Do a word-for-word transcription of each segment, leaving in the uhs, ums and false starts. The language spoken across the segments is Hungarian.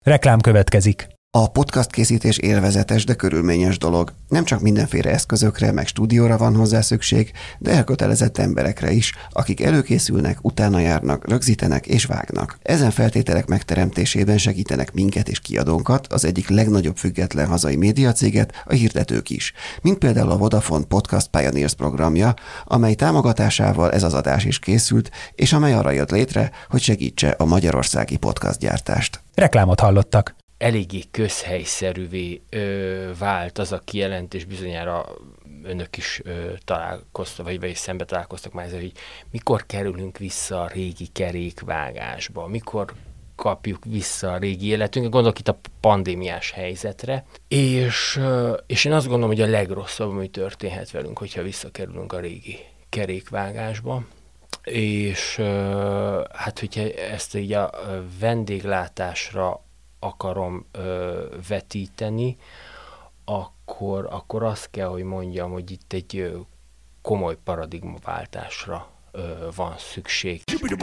Reklám következik. A podcast készítés élvezetes, de körülményes dolog. Nem csak mindenféle eszközökre, meg stúdióra van hozzá szükség, de elkötelezett emberekre is, akik előkészülnek, utána járnak, rögzítenek és vágnak. Ezen feltételek megteremtésében segítenek minket és kiadónkat, az egyik legnagyobb független hazai médiacéget, a hirdetők is. Mint például a Vodafone Podcast Pioneers programja, amely támogatásával ez az adás is készült, és amely arra jött létre, hogy segítse a magyarországi podcastgyártást. Reklámot hallottak. Eléggé közhelyszerűvé ö, vált az a kijelentés, bizonyára önök is ö, találkoztak, vagy, vagy szembe találkoztak már ezzel, hogy mikor kerülünk vissza a régi kerékvágásba, mikor kapjuk vissza a régi életünket, gondolok itt a pandémiás helyzetre, és, ö, és én azt gondolom, hogy a legrosszabb, ami történhet velünk, hogyha visszakerülünk a régi kerékvágásba. És ö, hát, hogyha ezt így a vendéglátásra akarom ö, vetíteni, akkor, akkor azt kell, hogy mondjam, hogy itt egy ö, komoly paradigmaváltásra ö, van szükség.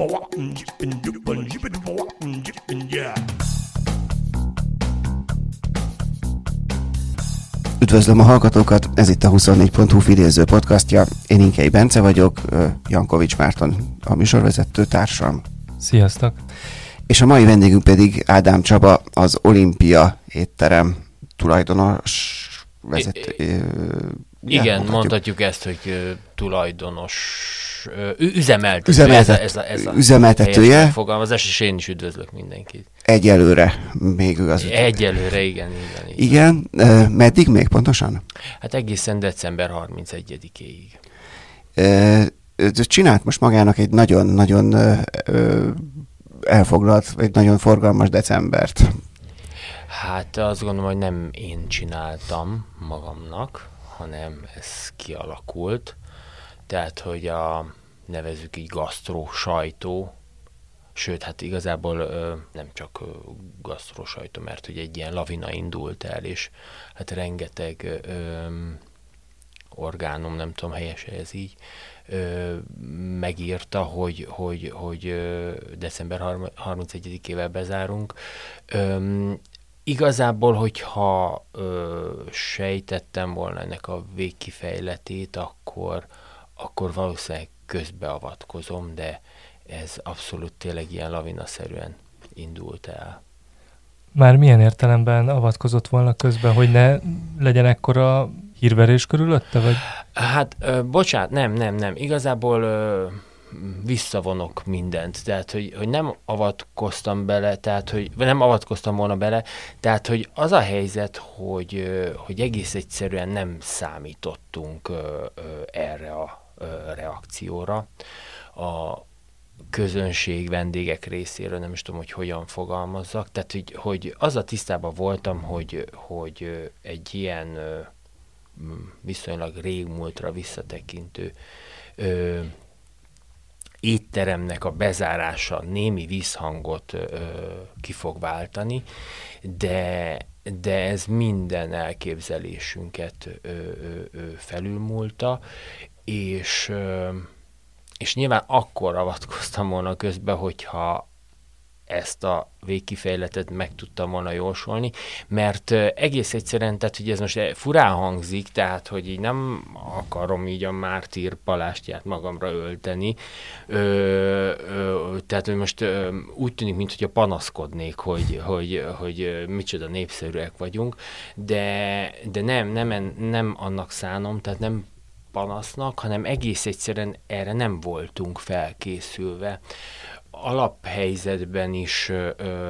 Üdvözlöm a hallgatókat, ez itt a huszonnégy pont hu idéző podcastja. Én Inkei Bence vagyok, Jankovics Márton a műsorvezető társam. Sziasztok! És a mai vendégünk pedig Ádám Csaba, az Olimpia étterem tulajdonos vezető. I- igen, mondhatjuk. mondhatjuk ezt, hogy uh, tulajdonos, uh, üzemeltető. Üzemeltet, ez a, ez a, ez a üzemeltetője. Fogalmazás, és én is üdvözlök mindenkit. Egyelőre még ő az. Egyelőre, igen, igen. Igen, igen. Meddig még pontosan? Hát egészen december harmincegyedikéig. Csinált most magának egy nagyon-nagyon elfoglalt, vagy nagyon forgalmas decembert. Hát azt gondolom, hogy nem én csináltam magamnak, hanem ez kialakult. Tehát, hogy a nevezzük így gasztró sajtó, sőt, hát igazából ö, nem csak ö, gasztró sajtó, mert hogy egy ilyen lavina indult el, és hát rengeteg ö, orgánum, nem tudom, helyes ez így, ö, megírta, hogy, hogy, hogy ö, december harmincegyedikével bezárunk. Ö, igazából, hogyha ö, sejtettem volna ennek a végkifejletét, akkor, akkor valószínűleg közbeavatkozom, de ez abszolút tényleg ilyen lavinaszerűen indult el. Már milyen értelemben avatkozott volna közben, hogy ne legyen ekkora hírverés körülötte, vagy? Hát, ö, bocsánat, nem, nem, nem. Igazából ö, visszavonok mindent. Tehát, hogy, hogy nem avatkoztam bele, tehát, hogy nem avatkoztam volna bele, tehát, hogy az a helyzet, hogy, ö, hogy egész egyszerűen nem számítottunk ö, ö, erre a ö, reakcióra. A közönség, vendégek részéről, nem is tudom, hogy hogyan fogalmazzak. Tehát, hogy, hogy az a tisztában voltam, hogy, hogy egy ilyen viszonylag régmúltra visszatekintő ö, étteremnek a bezárása némi visszhangot ö, ki fog váltani, de, de ez minden elképzelésünket ö, ö, ö, felülmúlta, és ö, És nyilván akkor avatkoztam volna közbe, hogyha ezt a végkifejletet meg tudtam volna jósolni, mert egész egyszerűen, tehát hogy ez most furán hangzik, tehát hogy így nem akarom így a mártír palástját magamra ölteni, ö, ö, tehát hogy most ö, úgy tűnik, mintha panaszkodnék, hogy, hogy, hogy micsoda népszerűek vagyunk, de, de nem, nem, nem annak szánom, tehát nem panasznak, hanem egész egyszerűen erre nem voltunk felkészülve. Alaphelyzetben is ö,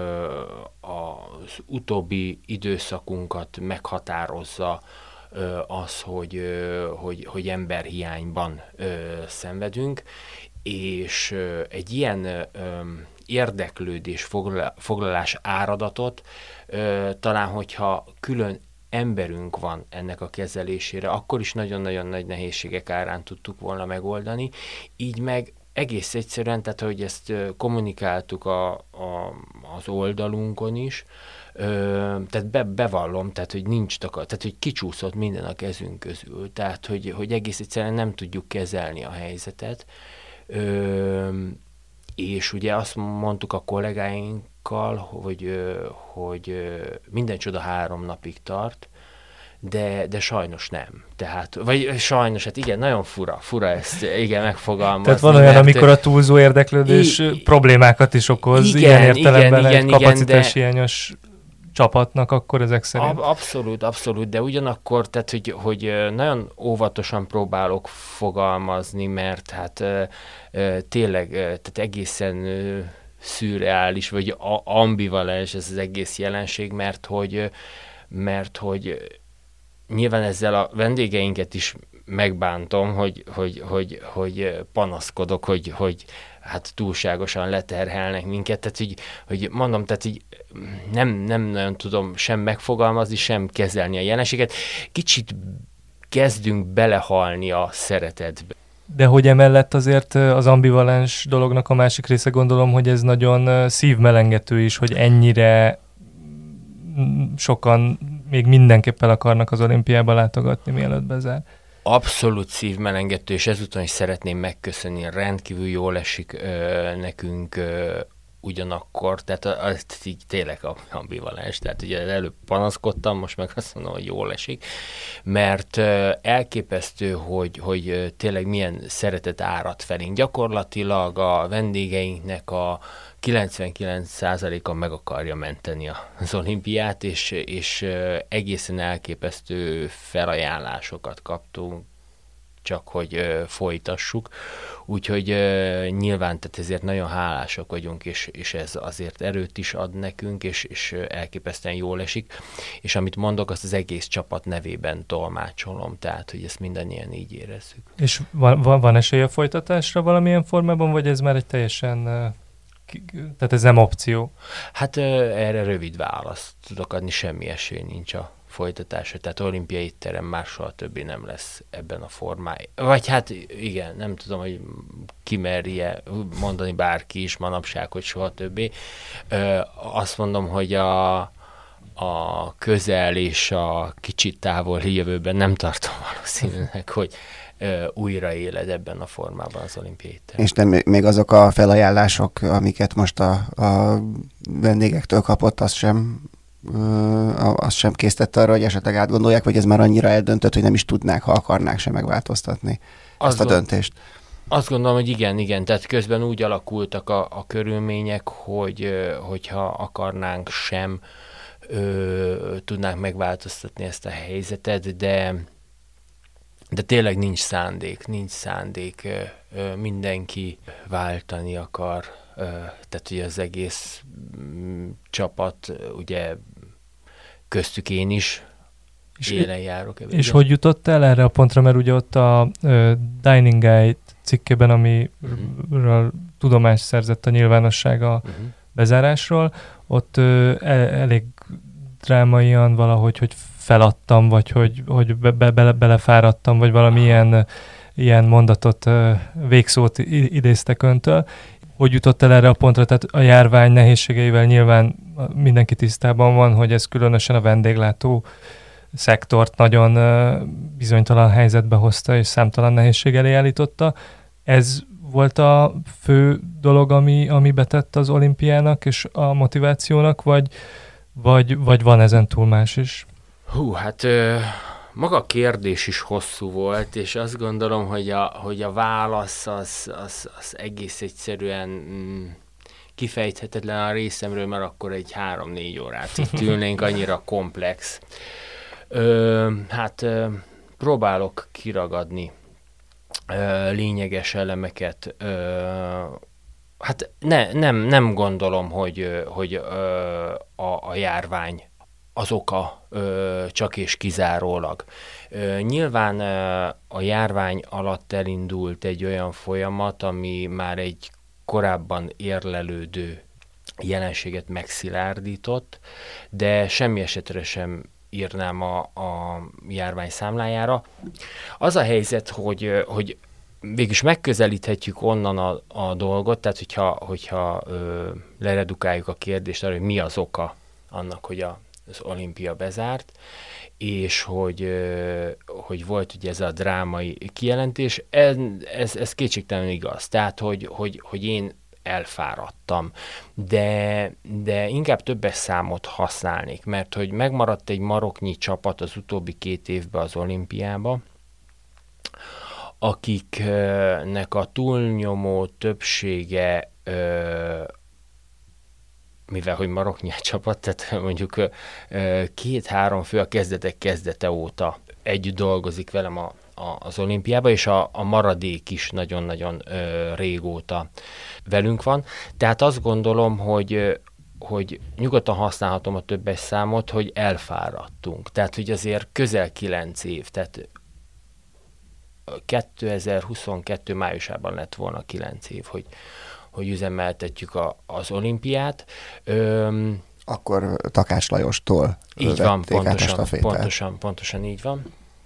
az utóbbi időszakunkat meghatározza ö, az, hogy, ö, hogy, hogy emberhiányban ö, szenvedünk, és ö, egy ilyen ö, érdeklődés, foglalás áradatot ö, talán, hogyha külön emberünk van ennek a kezelésére, akkor is nagyon-nagyon nagy nehézségek árán tudtuk volna megoldani. Így meg egész egyszerűen, tehát hogy ezt kommunikáltuk a, a, az oldalunkon is, ö, tehát be, bevallom, tehát hogy nincs takar, tehát hogy kicsúszott minden a kezünk közül, tehát hogy, hogy egész egyszerűen nem tudjuk kezelni a helyzetet. Ö, és ugye azt mondtuk a kollégáinkkal, hogy, hogy minden csoda három napig tart, de, de sajnos nem. Tehát, vagy sajnos, hát igen, nagyon fura, fura ezt igen megfogalmazni. Tehát van olyan, amikor a túlzó érdeklődés i- problémákat is okoz, igen, ilyen értelemben igen, egy igen, kapacitáshiányos csapatnak, akkor ezek szerint. Ab, abszolút, abszolút, de ugyanakkor, tehát, hogy, hogy nagyon óvatosan próbálok fogalmazni, mert hát tényleg, tehát egészen szürreális, vagy ambivalens ez az egész jelenség, mert hogy, mert hogy nyilván ezzel a vendégeinket is megbántom, hogy, hogy, hogy, hogy panaszkodok, hogy, hogy hát túlságosan leterhelnek minket, tehát hogy, hogy mondom, tehát így nem, nem nagyon tudom sem megfogalmazni, sem kezelni a jelenséget. Kicsit kezdünk belehalni a szeretetbe. De hogy emellett azért az ambivalens dolognak a másik része, gondolom, hogy ez nagyon szívmelengető is, hogy ennyire sokan még mindenképp el akarnak az olimpiába látogatni, mielőtt bezár. Abszolút szívmelengető, és ezúton is szeretném megköszönni, rendkívül jól esik ö, nekünk ö, ugyanakkor, tehát az így tényleg ambivalens, tehát ugye előbb panaszkodtam, most meg azt mondom, hogy jól esik, mert ö, elképesztő, hogy, hogy ö, tényleg milyen szeretet árad felénk. Gyakorlatilag a vendégeinknek a kilencvenkilenc százaléka meg akarja menteni az olimpiát, és, és egészen elképesztő felajánlásokat kaptunk, csak hogy folytassuk. Úgyhogy nyilván tehát ezért nagyon hálásak vagyunk, és, és ez azért erőt is ad nekünk, és, és elképesztően jól esik. És amit mondok, azt az egész csapat nevében tolmácsolom, tehát hogy ezt mindannyian így érezzük. És van, van, van esély a folytatásra valamilyen formában, vagy ez már egy teljesen... Tehát ez nem opció? Hát erre rövid választ tudok adni, semmi esély nincs a folytatásra. Tehát olimpiai terem már soha többé nem lesz ebben a formájában. Vagy hát igen, nem tudom, hogy kimerje mondani bárki is manapság, hogy soha többé. Azt mondom, hogy a, a közel és a kicsit távoli jövőben nem tartom valószínűleg, hogy újra éled ebben a formában az olimpiai terem. És nem, még azok a felajánlások, amiket most a, a vendégektől kapott, az sem, az sem késztette arra, hogy esetleg átgondolják, vagy ez már annyira eldöntött, hogy nem is tudnák, ha akarnák sem megváltoztatni azt a döntést? Azt gondolom, hogy igen, igen. Tehát közben úgy alakultak a, a körülmények, hogy hogyha akarnánk sem, ö, tudnánk megváltoztatni ezt a helyzetet, de De tényleg nincs szándék, nincs szándék, mindenki váltani akar, tehát ugye az egész csapat, ugye köztük én is és élen járok. Ebben. És hogy jutott el erre a pontra, mert ugye ott a uh, Dining Guide cikkében, amiről uh-huh. tudomást szerzett a nyilvánosság a uh-huh. bezárásról, ott uh, el, elég drámaian valahogy, hogy feladtam, vagy hogy, hogy be, be, bele, belefáradtam, vagy valami ilyen, ilyen mondatot, végszót idéztek öntől. Hogy jutott el erre a pontra? Tehát a járvány nehézségeivel nyilván mindenki tisztában van, hogy ez különösen a vendéglátó szektort nagyon bizonytalan helyzetbe hozta, és számtalan nehézség elé állította. Ez volt a fő dolog, ami, ami betett az olimpiának és a motivációnak, vagy, vagy, vagy van ezen túl más is? Hú, hát ö, maga a kérdés is hosszú volt, és azt gondolom, hogy a, hogy a válasz az, az, az egész egyszerűen mm, kifejthetetlen a részemről, mert akkor egy három-négy órát itt ülnénk, annyira komplex. Ö, hát ö, próbálok kiragadni ö, lényeges elemeket. Ö, hát ne, nem, nem gondolom, hogy, hogy ö, a, a járvány az oka ö, csak és kizárólag. Ö, nyilván ö, a járvány alatt elindult egy olyan folyamat, ami már egy korábban érlelődő jelenséget megszilárdított, de semmi esetre sem írnám a, a járvány számlájára. Az a helyzet, hogy, hogy végülis megközelíthetjük onnan a, a dolgot, tehát hogyha, hogyha ö, leredukáljuk a kérdést arra, hogy mi az oka annak, hogy a az olimpia bezárt, és hogy, hogy volt ugye ez a drámai kijelentés, ez, ez, ez kétségtelenül igaz. Tehát, hogy, hogy, hogy én elfáradtam, de, de inkább többes számot használnék, mert hogy megmaradt egy maroknyi csapat az utóbbi két évben az olimpiába, akiknek a túlnyomó többsége, mivel hogy maroknyi csapat, tehát mondjuk két-három fő a kezdetek kezdete óta együtt dolgozik velem a, a, az olimpiába, és a, a maradék is nagyon-nagyon ö, régóta velünk van. Tehát azt gondolom, hogy, hogy nyugodtan használhatom a többes számot, hogy elfáradtunk. Tehát, hogy azért közel kilenc év, tehát kétezer-huszonkettő májusában lett volna kilenc év, hogy, hogy üzemeltetjük a, az olimpiát. Öm, Akkor Takács Lajostól így van, pontosan, pontosan, pontosan így van.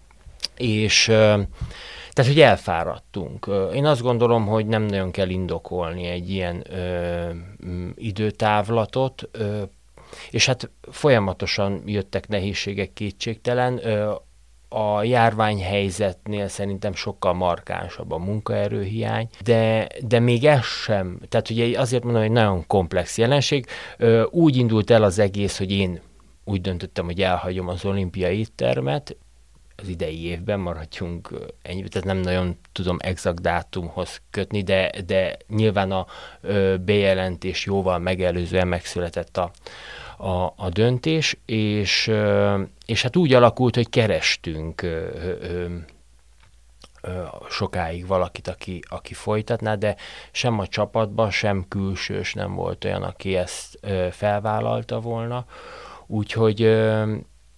És tehát, hogy elfáradtunk. Én azt gondolom, hogy nem nagyon kell indokolni egy ilyen ö, időtávlatot, ö, és hát folyamatosan jöttek nehézségek, kétségtelen. Ö, a járványhelyzetnél szerintem sokkal markánsabb a munkaerőhiány, de, de még ez sem, tehát ugye azért mondom, hogy nagyon komplex jelenség. Ö, úgy indult el az egész, hogy én úgy döntöttem, hogy elhagyom az olimpiai éttermet, az idei évben maradjunk ennyi, tehát nem nagyon tudom exakt dátumhoz kötni, de, de nyilván a ö, bejelentés jóval megelőzően megszületett a, a, a döntés, és, ö, és hát úgy alakult, hogy kerestünk ö, ö, ö, sokáig valakit, aki, aki folytatná, de sem a csapatban, sem külsős nem volt olyan, aki ezt ö, felvállalta volna, úgyhogy ö,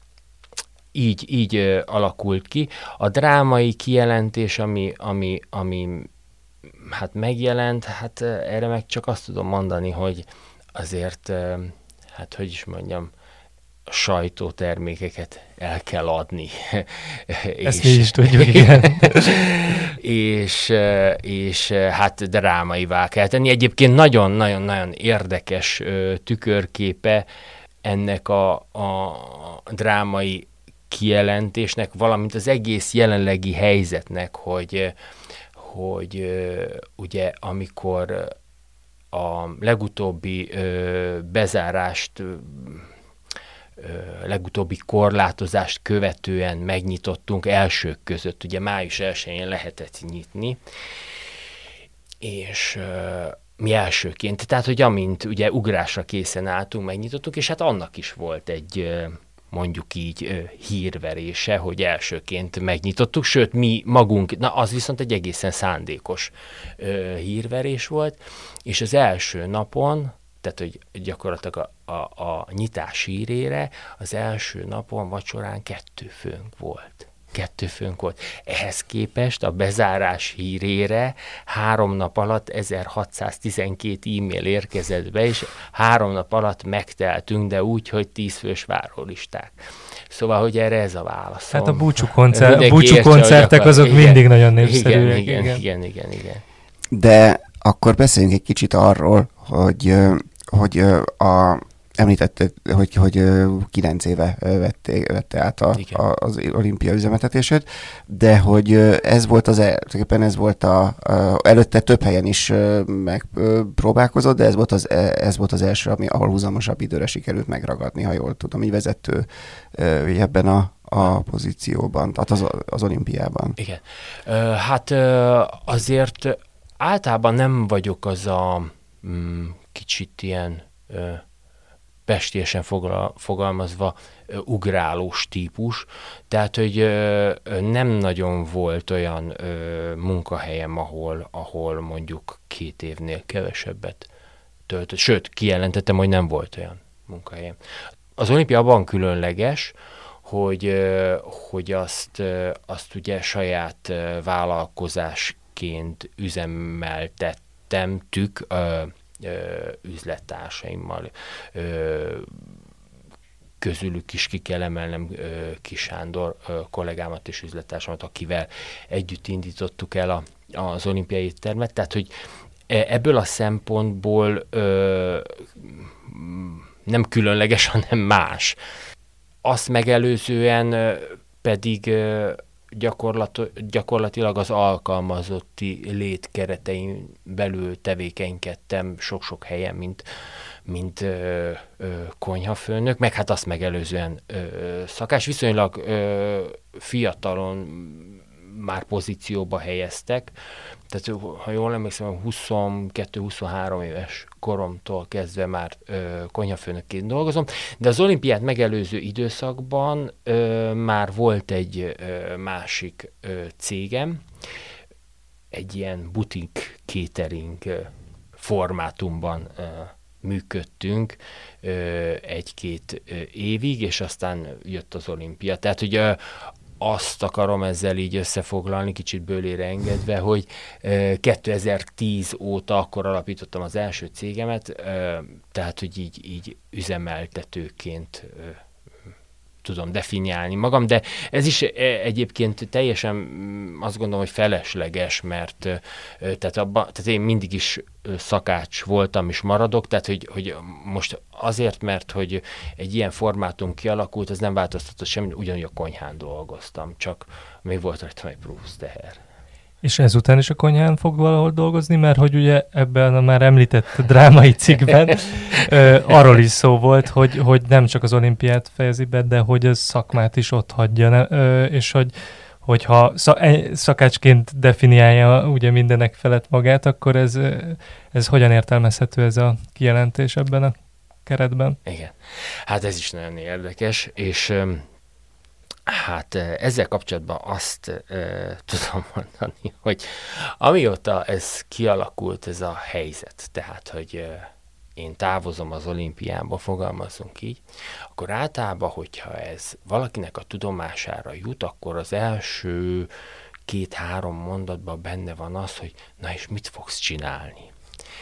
Így, így ö, alakult ki. A drámai kijelentés, ami, ami, ami hát megjelent, hát erre meg csak azt tudom mondani, hogy azért, ö, hát hogy is mondjam, sajtótermékeket el kell adni. Ezt mi is tudjuk, igen. és, és hát drámaivá kell tenni. Egyébként nagyon-nagyon-nagyon érdekes ö, tükörképe ennek a, a drámai kijelentésnek, valamint az egész jelenlegi helyzetnek, hogy, hogy ugye amikor a legutóbbi bezárást, legutóbbi korlátozást követően megnyitottunk elsők között, ugye május elsején lehetett nyitni, és mi elsőként, tehát hogy amint ugye ugrásra készen álltunk, megnyitottuk, és hát annak is volt egy mondjuk így hírverése, hogy elsőként megnyitottuk, sőt mi magunk, na az viszont egy egészen szándékos ö, hírverés volt, és az első napon, tehát hogy gyakorlatilag a, a, a nyitás hírére az első napon vacsorán kettő főnk volt. Kettő főnk volt. Ehhez képest a bezárás hírére három nap alatt ezerhatszáztizenkét e-mail érkezett be, és három nap alatt megteltünk, de úgy, hogy tíz fős várólisták. Szóval, hogy erre ez a válaszom. Hát a búcsú, koncert, búcsú koncertek azok igen, mindig nagyon népszerűek. Igen, igen, igen, igen, igen. De akkor beszéljünk egy kicsit arról, hogy, hogy a említetted, hogy, hogy kilenc éve vette, vette át a, a, az olimpia üzemeltetését, de hogy ez volt az, tulajdonképpen ez volt a, a, előtte több helyen is megpróbálkozott, de ez volt az, ez volt az első, ami, ahol húzamosabb időre sikerült megragadni, ha jól tudom, így vezető ebben a, a pozícióban, tehát az, az olimpiában. Igen. Hát azért általában nem vagyok az a mm, kicsit ilyen pestélyesen fogalmazva ugrálós típus, tehát, hogy nem nagyon volt olyan munkahelyem, ahol, ahol mondjuk két évnél kevesebbet töltött. Sőt, kijelentettem, hogy nem volt olyan munkahelyem. Az olimpia abban különleges, hogy, hogy azt, azt ugye saját vállalkozásként üzemeltettem, tük, üzlettársaimmal, közülük is ki kell emelnem Kis Sándor kollégámat és üzlettársamat, akivel együtt indítottuk el a, az olimpiai éttermet, tehát hogy ebből a szempontból nem különleges, hanem más. Azt megelőzően pedig gyakorlat, gyakorlatilag az alkalmazotti lét keretein belül tevékenykedtem sok-sok helyen, mint, mint ö, ö, konyhafőnök, meg hát azt megelőzően ö, szakás. Viszonylag ö, fiatalon már pozícióba helyeztek, tehát ha jól emlékszem, huszonkettő-huszonhárom éves koromtól kezdve már ö, konyhafőnökként dolgozom, de az olimpiát megelőző időszakban ö, már volt egy ö, másik ö, cégem, egy ilyen butik catering ö, formátumban ö, működtünk ö, egy-két ö, évig, és aztán jött az olimpia. Tehát ugye azt akarom ezzel így összefoglalni, kicsit bőlére engedve, hogy kétezer-tíz óta akkor alapítottam az első cégemet, tehát hogy így, így üzemeltetőként tudom definiálni magam, de ez is egyébként teljesen azt gondolom, hogy felesleges, mert tehát, abba, tehát én mindig is szakács voltam és maradok, tehát hogy, hogy most azért, mert hogy egy ilyen formátum kialakult, az nem változtatott semmi, ugyanúgy a konyhán dolgoztam, csak még volt rajtam egy plusz teher. És ezután is a konyhán fog valahol dolgozni, mert hogy ugye ebben a már említett drámai cikkben ö, arról is szó volt, hogy, hogy nem csak az olimpiát fejezi be, de hogy a szakmát is ott hagyja, ne, ö, és hogy hogyha szakácsként definiálja ugye mindenek felett magát, akkor ez, ez hogyan értelmezhető ez a kijelentés ebben a keretben? Igen, hát ez is nagyon érdekes, és hát ezzel kapcsolatban azt e, tudom mondani, hogy amióta ez kialakult, ez a helyzet, tehát, hogy e, én távozom az olimpiába, fogalmazunk így, akkor általában, hogyha ez valakinek a tudomására jut, akkor az első két-három mondatban benne van az, hogy na és mit fogsz csinálni?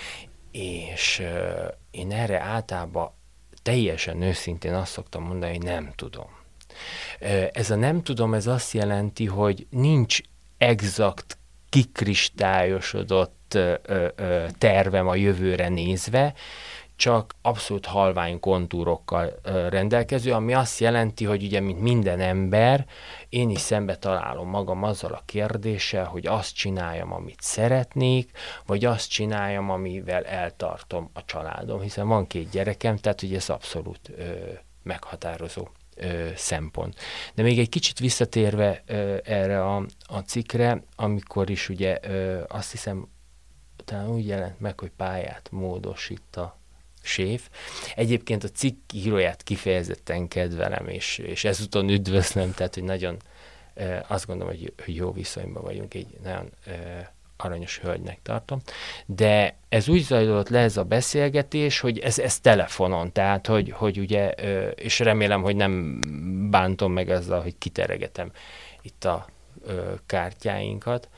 És e, én erre általában teljesen őszintén azt szoktam mondani, hogy nem tudom. Ez a nem tudom, ez azt jelenti, hogy nincs exakt, kikristályosodott tervem a jövőre nézve, csak abszolút halvány kontúrokkal rendelkező, ami azt jelenti, hogy ugye, mint minden ember, én is szembe találom magam azzal a kérdéssel, hogy azt csináljam, amit szeretnék, vagy azt csináljam, amivel eltartom a családom, hiszen van két gyerekem, tehát ugye ez abszolút ö, meghatározó Ö, szempont. De még egy kicsit visszatérve ö, erre a, a cikkre, amikor is ugye ö, azt hiszem, talán úgy jelent meg, hogy pályát módosít a séf. Egyébként a cikk íróját kifejezetten kedvelem, és, és ezúton üdvözlöm, tehát hogy nagyon ö, azt gondolom, hogy, hogy jó viszonyban vagyunk, egy nagyon ö, aranyos hölgynek tartom, de ez úgy zajlott le ez a beszélgetés, hogy ez, ez telefonon, tehát, hogy, hogy ugye, és remélem, hogy nem bántom meg azzal, hogy kiteregetem itt a kártyáinkat,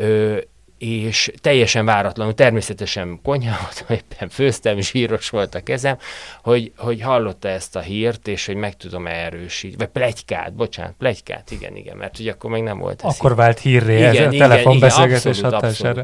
és teljesen váratlanul, természetesen konyhában éppen főztem, zsíros volt a kezem, hogy, hogy hallotta ezt a hírt, és hogy meg tudom erősíteni, vagy pletykát, bocsánat, pletykát, igen, igen, mert ugye akkor még nem volt ez. Akkor hír. Vált hírré ez a telefonbeszélgetés hatására.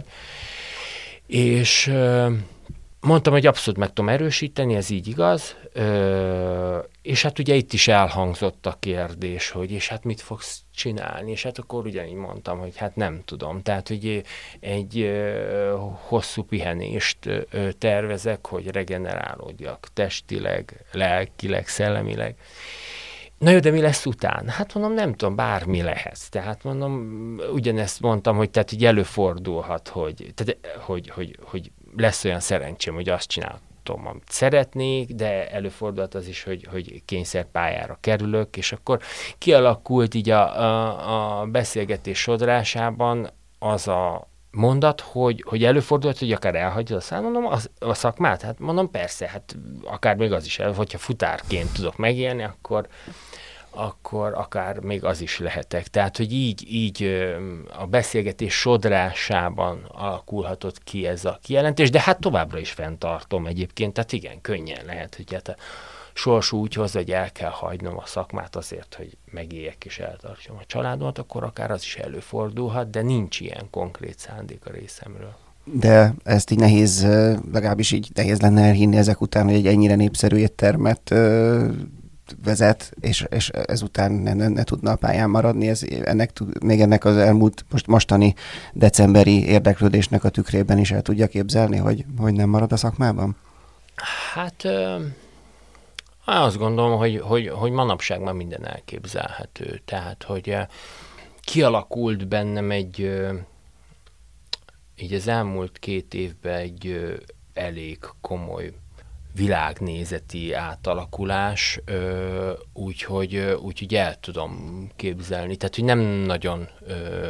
És uh, mondtam, hogy abszolút meg tudom erősíteni, ez így igaz, uh, és hát ugye itt is elhangzott a kérdés, hogy és hát mit fogsz csinálni, és hát akkor ugyanígy mondtam, hogy hát nem tudom. Tehát, hogy egy uh, hosszú pihenést uh, tervezek, hogy regenerálódjak testileg, lelkileg, szellemileg. Na jó, de mi lesz után? Hát mondom, nem tudom, bármi lehet. Tehát mondom, ugyanezt mondtam, hogy tehát így előfordulhat, hogy, tehát, hogy, hogy, hogy lesz olyan szerencsém, hogy azt csináltam, amit szeretnék, de előfordulhat az is, hogy, hogy kényszerpályára kerülök, és akkor kialakult így a, a, a beszélgetés sodrásában az a mondat, hogy, hogy előfordulhat, hogy akár elhagyod a számomra az, a szakmát. Hát mondom, persze, hát akár még az is el, hogyha futárként tudok megélni, akkor, akkor akár még az is lehetek. Tehát, hogy így, így a beszélgetés sodrásában alakulhatott ki ez a kijelentés, de hát továbbra is fenntartom egyébként, tehát igen, könnyen lehet, hogy hát a sors úgy hozza, hogy el kell hagynom a szakmát azért, hogy megéljek és eltartsam a családomat, akkor akár az is előfordulhat, de nincs ilyen konkrét szándék a részemről. De ezt így nehéz, legalábbis így nehéz lenne elhinni ezek után, hogy egy ennyire népszerű éttermet vezet, és, és ezután ne, ne, ne tudna a pályán maradni. Ez, ennek, még ennek az elmúlt most, mostani decemberi érdeklődésnek a tükrében is el tudja képzelni, hogy, hogy nem marad a szakmában? Hát azt gondolom, hogy, hogy, hogy manapság már minden elképzelhető. Tehát, hogy kialakult bennem egy, így az elmúlt két évben egy elég komoly világnézeti átalakulás, úgyhogy úgy, el tudom képzelni. Tehát, hogy nem nagyon ö,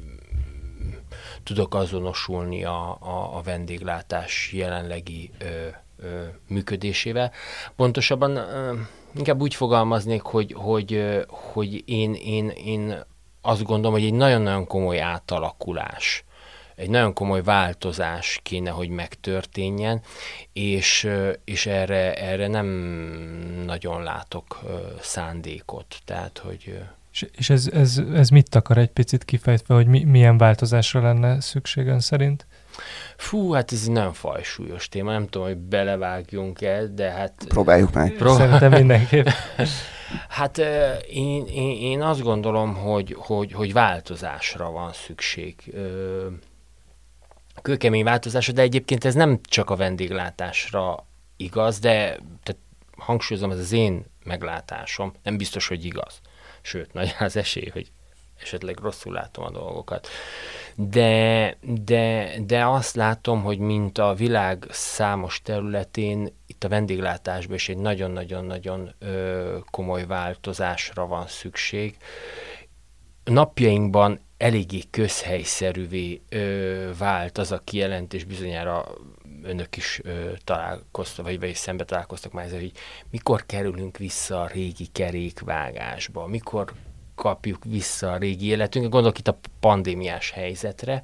tudok azonosulni a, a, a vendéglátás jelenlegi ö, ö, működésével. Pontosabban ö, inkább úgy fogalmaznék, hogy, hogy, hogy én, én, én azt gondolom, hogy egy nagyon-nagyon komoly átalakulás, egy nagyon komoly változás kéne, hogy megtörténjen, és, és erre, erre nem nagyon látok szándékot. Tehát, hogy... És, és ez, ez, ez mit akar egy picit kifejtve, hogy mi, milyen változásra lenne szükség ön szerint? Fú, hát ez egy nagyon fajsúlyos téma, nem tudom, hogy belevágjunk-e, de hát... Próbáljuk meg. Pró- Szerintem mindenképp. Hát én, én, én azt gondolom, hogy, hogy, hogy változásra van szükség. Kőkemény változásra, de egyébként ez nem csak a vendéglátásra igaz, de tehát hangsúlyozom, ez az én meglátásom, nem biztos, hogy igaz. Sőt, nagy az esély, hogy esetleg rosszul látom a dolgokat. De, de, de azt látom, hogy mint a világ számos területén, itt a vendéglátásban is egy nagyon-nagyon-nagyon ö, komoly változásra van szükség. Napjainkban eléggé közhelyszerűvé ö, vált az a kijelentés, bizonyára önök is ö, találkoztak, vagy, vagy szembe találkoztak már ezzel, hogy mikor kerülünk vissza a régi kerékvágásba, mikor kapjuk vissza a régi életünket, gondolok itt a pandémiás helyzetre,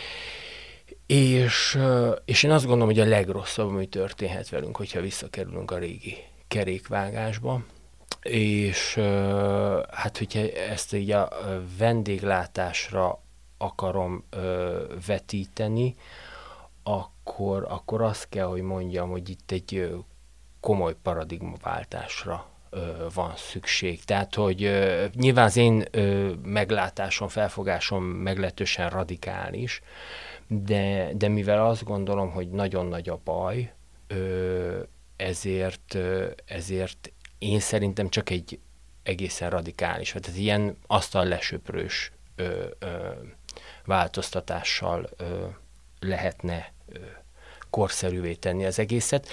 és, és én azt gondolom, hogy a legrosszabb, ami történhet velünk, hogyha visszakerülünk a régi kerékvágásba, és hát, hogyha ezt így a vendéglátásra akarom vetíteni, akkor, akkor azt kell, hogy mondjam, hogy itt egy komoly paradigmaváltásra van szükség. Tehát, hogy uh, nyilván az én uh, meglátásom, felfogásom meglehetősen radikális, de, de mivel azt gondolom, hogy nagyon nagy a baj, uh, ezért, uh, ezért én szerintem csak egy egészen radikális, tehát ilyen asztal lesöprős uh, uh, változtatással uh, lehetne uh, korszerűvé tenni az egészet.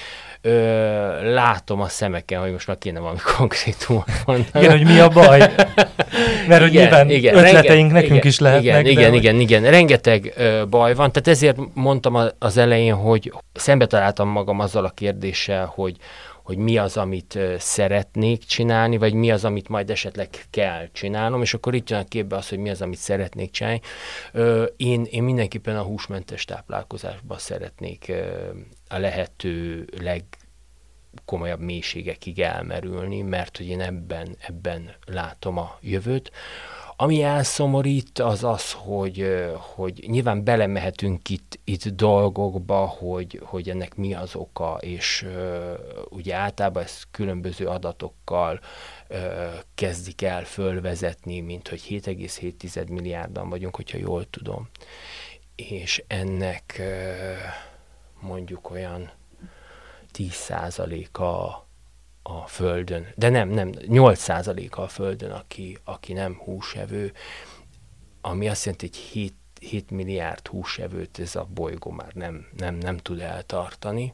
Ö, látom a szemeken, hogy most már kéne valami konkrétumot mondani. Igen, hogy mi a baj? Mert hogy nyilván igen, ötleteink renge, nekünk igen, is lehetnek. Igen, de igen, hogy... igen, igen. Rengeteg ö, baj van, tehát ezért mondtam az elején, hogy szembe találtam magam azzal a kérdéssel, hogy hogy mi az, amit szeretnék csinálni, vagy mi az, amit majd esetleg kell csinálnom, és akkor itt jön a képbe az, hogy mi az, amit szeretnék csinálni. Én, én mindenképpen a húsmentes táplálkozásban szeretnék a lehető legkomolyabb mélységekig elmerülni, mert hogy én ebben, ebben látom a jövőt. Ami elszomorít, az az, hogy, hogy nyilván belemehetünk itt, itt dolgokba, hogy, hogy ennek mi az oka, és uh, ugye általában ezt különböző adatokkal uh, kezdik el fölvezetni, mint hogy hét egész hét milliárdan vagyunk, hogyha jól tudom. És ennek uh, mondjuk olyan tíz százaléka a Földön, de nem, nem, nyolc százaléka a Földön, aki, aki nem húsevő, ami azt jelenti, hogy hét milliárd húsevőt ez a bolygó már nem, nem, nem tud eltartani.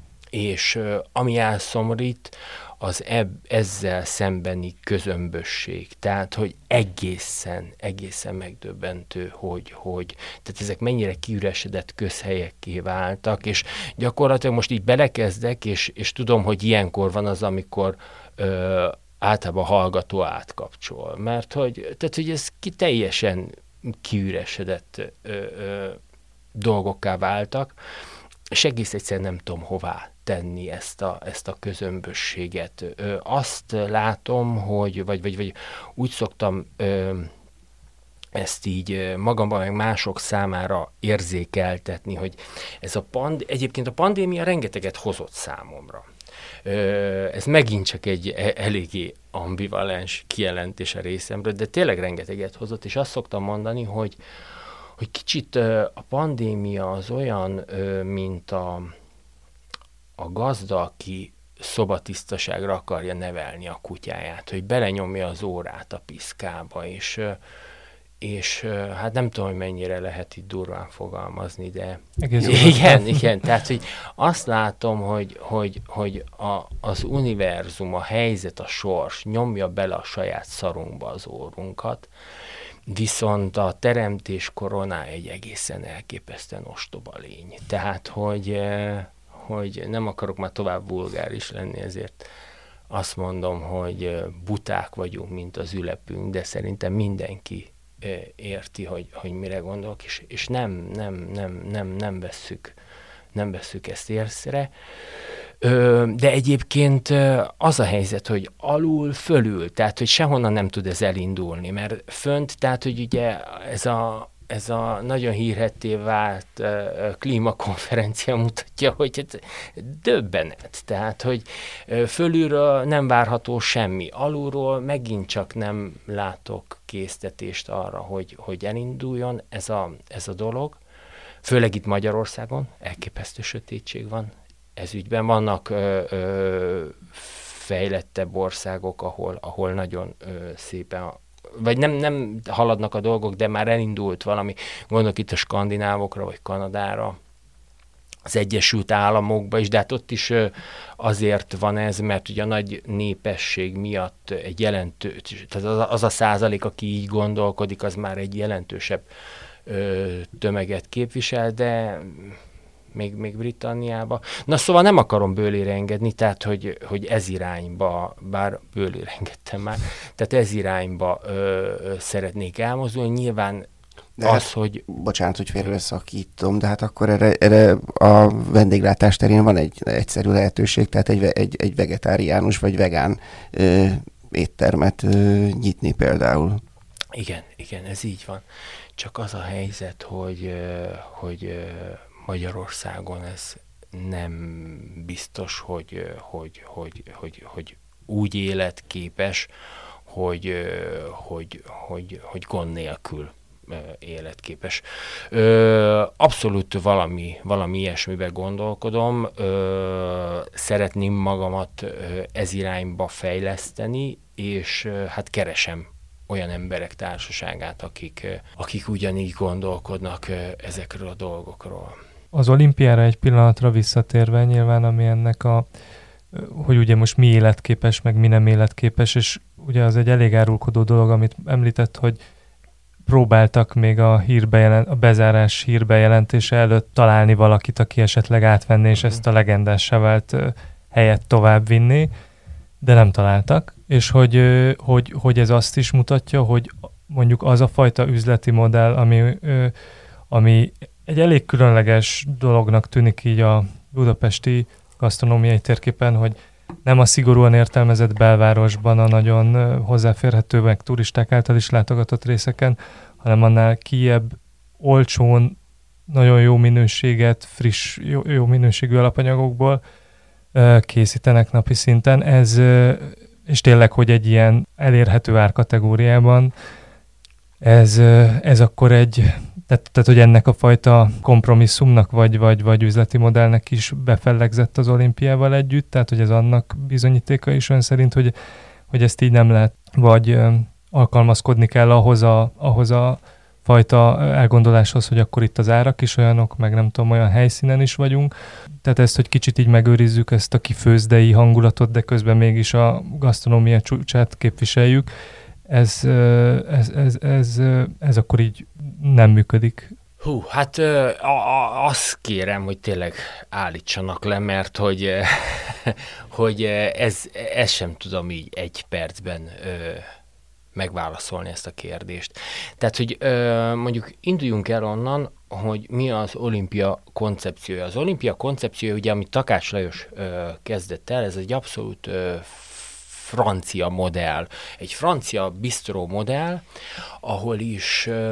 És uh, ami elszomorít, az eb, ezzel szembeni közömbösség. Tehát, hogy egészen, egészen megdöbbentő, hogy, hogy tehát ezek mennyire kiüresedett közhelyekké váltak, és gyakorlatilag most így belekezdek, és, és tudom, hogy ilyenkor van az, amikor ö, általában a hallgató átkapcsol. Mert hogy, tehát, hogy ez ki teljesen kiüresedett ö, ö, dolgokká váltak, és egész egyszerűen nem tudom hová tenni ezt a, ezt a közömbösséget. Ö, azt látom, hogy, vagy, vagy, vagy úgy szoktam ö, ezt így magamban, meg mások számára érzékeltetni, hogy ez a pand, egyébként a pandémia rengeteget hozott számomra. Ez megint csak egy eléggé ambivalens kijelentés a részemről, de tényleg rengeteget hozott, és azt szoktam mondani, hogy, hogy kicsit a pandémia az olyan, mint a, a gazda, aki szobatisztaságra akarja nevelni a kutyáját, hogy belenyomja az órát a piszkába, és, és hát nem tudom, hogy mennyire lehet itt durván fogalmazni, de Egész igen, igen, tehát hogy azt látom, hogy, hogy, hogy a, az univerzum, a helyzet, a sors nyomja bele a saját szarunkba az órunkat, viszont a teremtés koronája egy egészen elképesztően ostoba lény. Tehát, hogy hogy nem akarok már tovább vulgáris lenni, ezért azt mondom, hogy buták vagyunk, mint az ülepünk, de szerintem mindenki érti, hogy, hogy mire gondolok, és, és nem, nem, nem, nem, nem vesszük, nem vesszük ezt észre. De egyébként az a helyzet, hogy alul, fölül, tehát, hogy sehonnan nem tud ez elindulni, mert fönt, tehát, hogy ugye ez a ez a nagyon hírhedté vált uh, klímakonferencia mutatja, hogy ez döbbenet. Tehát, hogy uh, fölülről nem várható semmi. Alulról megint csak nem látok késztetést arra, hogy, hogy elinduljon ez a, ez a dolog. Főleg itt Magyarországon elképesztő sötétség van. Ez ügyben vannak ö, ö, fejlettebb országok, ahol, ahol nagyon ö, szépen vagy nem, nem haladnak a dolgok, de már elindult valami, gondolok itt a skandinávokra, vagy Kanadára, az Egyesült Államokba is, de hát ott is azért van ez, mert ugye a nagy népesség miatt egy jelentős, tehát az, az a százalék, aki így gondolkodik, az már egy jelentősebb ö, tömeget képvisel, de még, még Britanniába. Na szóval nem akarom bőlére engedni, tehát hogy, hogy ez irányba, bár bőlére engedtem már, tehát ez irányba ö, ö, szeretnék elmozdulni. Nyilván de az, hát, hogy... Bocsánat, hogy félreszakítom, de hát akkor erre, erre a vendéglátás terén van egy egyszerű lehetőség, tehát egy, egy, egy vegetáriánus vagy vegán ö, éttermet ö, nyitni például. Igen, igen, ez így van. Csak az a helyzet, hogy, hogy Magyarországon ez nem biztos, hogy, hogy, hogy, hogy, hogy úgy életképes, hogy, hogy, hogy, hogy gond nélkül életképes. Abszolút valami, valami ilyesmiben gondolkodom. Szeretném magamat ez irányba fejleszteni, és hát keresem olyan emberek társaságát, akik, akik ugyanígy gondolkodnak ezekről a dolgokról. Az olimpiára egy pillanatra visszatérve nyilván, ami ennek a, hogy ugye most mi életképes, meg mi nem életképes, és ugye az egy elég árulkodó dolog, amit említett, hogy próbáltak még a, hírbejelent, a bezárás hírbejelentése előtt találni valakit, aki esetleg átvenné, és ezt a legendássá vált helyet tovább vinni, de nem találtak, és hogy, hogy, hogy ez azt is mutatja, hogy mondjuk az a fajta üzleti modell, ami, ami egy elég különleges dolognak tűnik így a budapesti gasztronómiai térképen, hogy nem a szigorúan értelmezett belvárosban, a nagyon hozzáférhető, meg turisták által is látogatott részeken, hanem annál kijebb, olcsón, nagyon jó minőséget, friss, jó, jó minőségű alapanyagokból készítenek napi szinten. Ez, és tényleg, hogy egy ilyen elérhető árkategóriában, ez, ez akkor egy, tehát, tehát, hogy ennek a fajta kompromisszumnak, vagy, vagy, vagy üzleti modellnek is befellegzett az olimpiával együtt, tehát, hogy ez annak bizonyítéka is ön szerint, hogy, hogy ezt így nem lehet, vagy alkalmazkodni kell ahhoz a, ahhoz a fajta elgondoláshoz, hogy akkor itt az árak is olyanok, meg nem tudom, olyan helyszínen is vagyunk. Tehát ezt, hogy kicsit így megőrizzük ezt a kifőzdei hangulatot, de közben mégis a gasztronómia csúcsát képviseljük, ez, ez, ez, ez, ez akkor így nem működik. Hú, hát ö, a, a, azt kérem, hogy tényleg állítsanak le, mert hogy, hogy ez, ez sem tudom így egy percben ö, megválaszolni ezt a kérdést. Tehát, hogy ö, mondjuk induljunk el onnan, hogy mi az olimpia koncepciója. Az olimpia koncepciója, ugye, amit Takács Lajos ö, kezdett el, ez egy abszolút ö, francia modell. Egy francia bistró modell, ahol is, ö,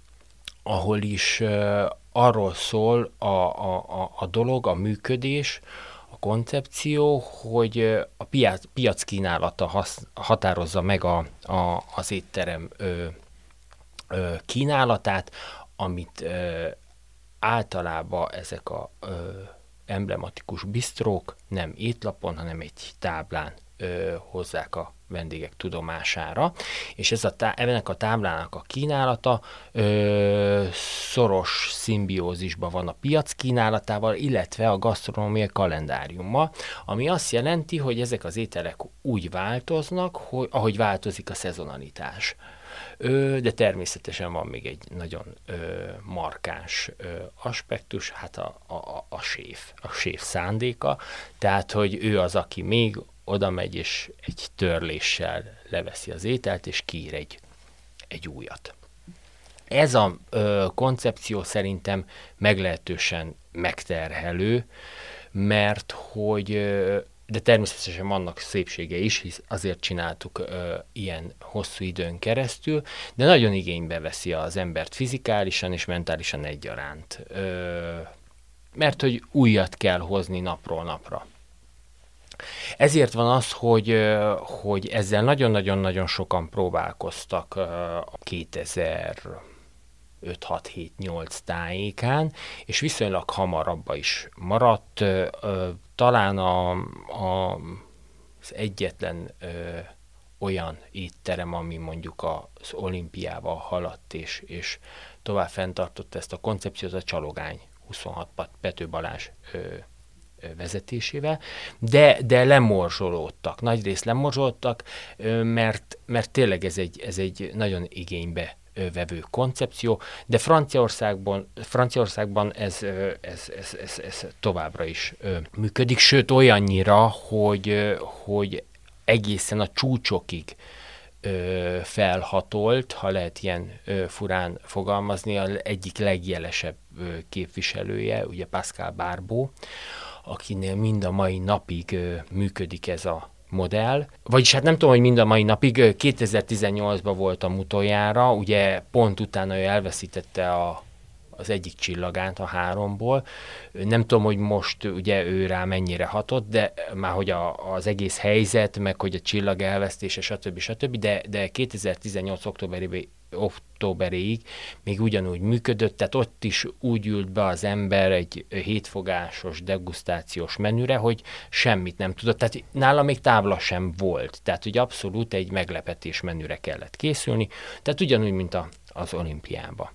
ahol is ö, arról szól a, a, a, a dolog, a működés, a koncepció, hogy a piac, piac kínálata hasz, határozza meg a, a, az étterem ö, ö, kínálatát, amit ö, általában ezek a ö, emblematikus bistrók nem étlapon, hanem egy táblán ö, hozzák a vendégek tudomására, és ez a tá- ennek a táblának a kínálata ö, szoros szimbiózisban van a piac kínálatával, illetve a gasztronómiai kalendáriummal, ami azt jelenti, hogy ezek az ételek úgy változnak, hogy, ahogy változik a szezonalitás. Ö, de természetesen van még egy nagyon ö, markáns ö, aspektus, hát a, a, a séf, a séf szándéka, tehát, hogy ő az, aki még oda megy, és egy törléssel leveszi az ételt, és kiír egy, egy újat. Ez a ö, koncepció szerintem meglehetősen megterhelő, mert hogy, ö, de természetesen vannak szépsége is, hisz azért csináltuk ö, ilyen hosszú időn keresztül, de nagyon igénybe veszi az embert fizikálisan és mentálisan egyaránt. Ö, mert hogy újat kell hozni napról napra. Ezért van az, hogy, hogy ezzel nagyon-nagyon-nagyon sokan próbálkoztak a kétezer-öt hat hét nyolc tájékán, és viszonylag hamar abba is maradt. Talán a, a, az egyetlen olyan étterem, ami mondjuk az olimpiával haladt, és, és tovább fenntartotta ezt a koncepciót, a Csalogány huszonhat Pető Balázs vezetésével, de, de lemorzsolódtak, nagyrészt lemorzsolódtak, mert, mert tényleg ez egy, ez egy nagyon igénybe vevő koncepció, de Franciaországban, Franciaországban ez, ez, ez, ez, ez továbbra is működik, sőt olyannyira, hogy, hogy egészen a csúcsokig felhatolt, ha lehet ilyen furán fogalmazni, az egyik legjelesebb képviselője, ugye Pascal Barbot, akinél mind a mai napig ö, működik ez a modell. Vagyis hát nem tudom, hogy mind a mai napig, kétezer-tizennyolcban voltam utoljára, ugye pont utána ő elveszítette a, az egyik csillagát a háromból. Nem tudom, hogy most ugye ő rá mennyire hatott, de már hogy a, az egész helyzet, meg hogy a csillag elvesztése, stb. stb. De, de kétezer-tizennyolc októberében októberéig még ugyanúgy működött, tehát ott is úgy ült be az ember egy hétfogásos degustációs menüre, hogy semmit nem tudott, tehát nála még tábla sem volt, tehát hogy abszolút egy meglepetés menüre kellett készülni, tehát ugyanúgy, mint a, az olimpiában.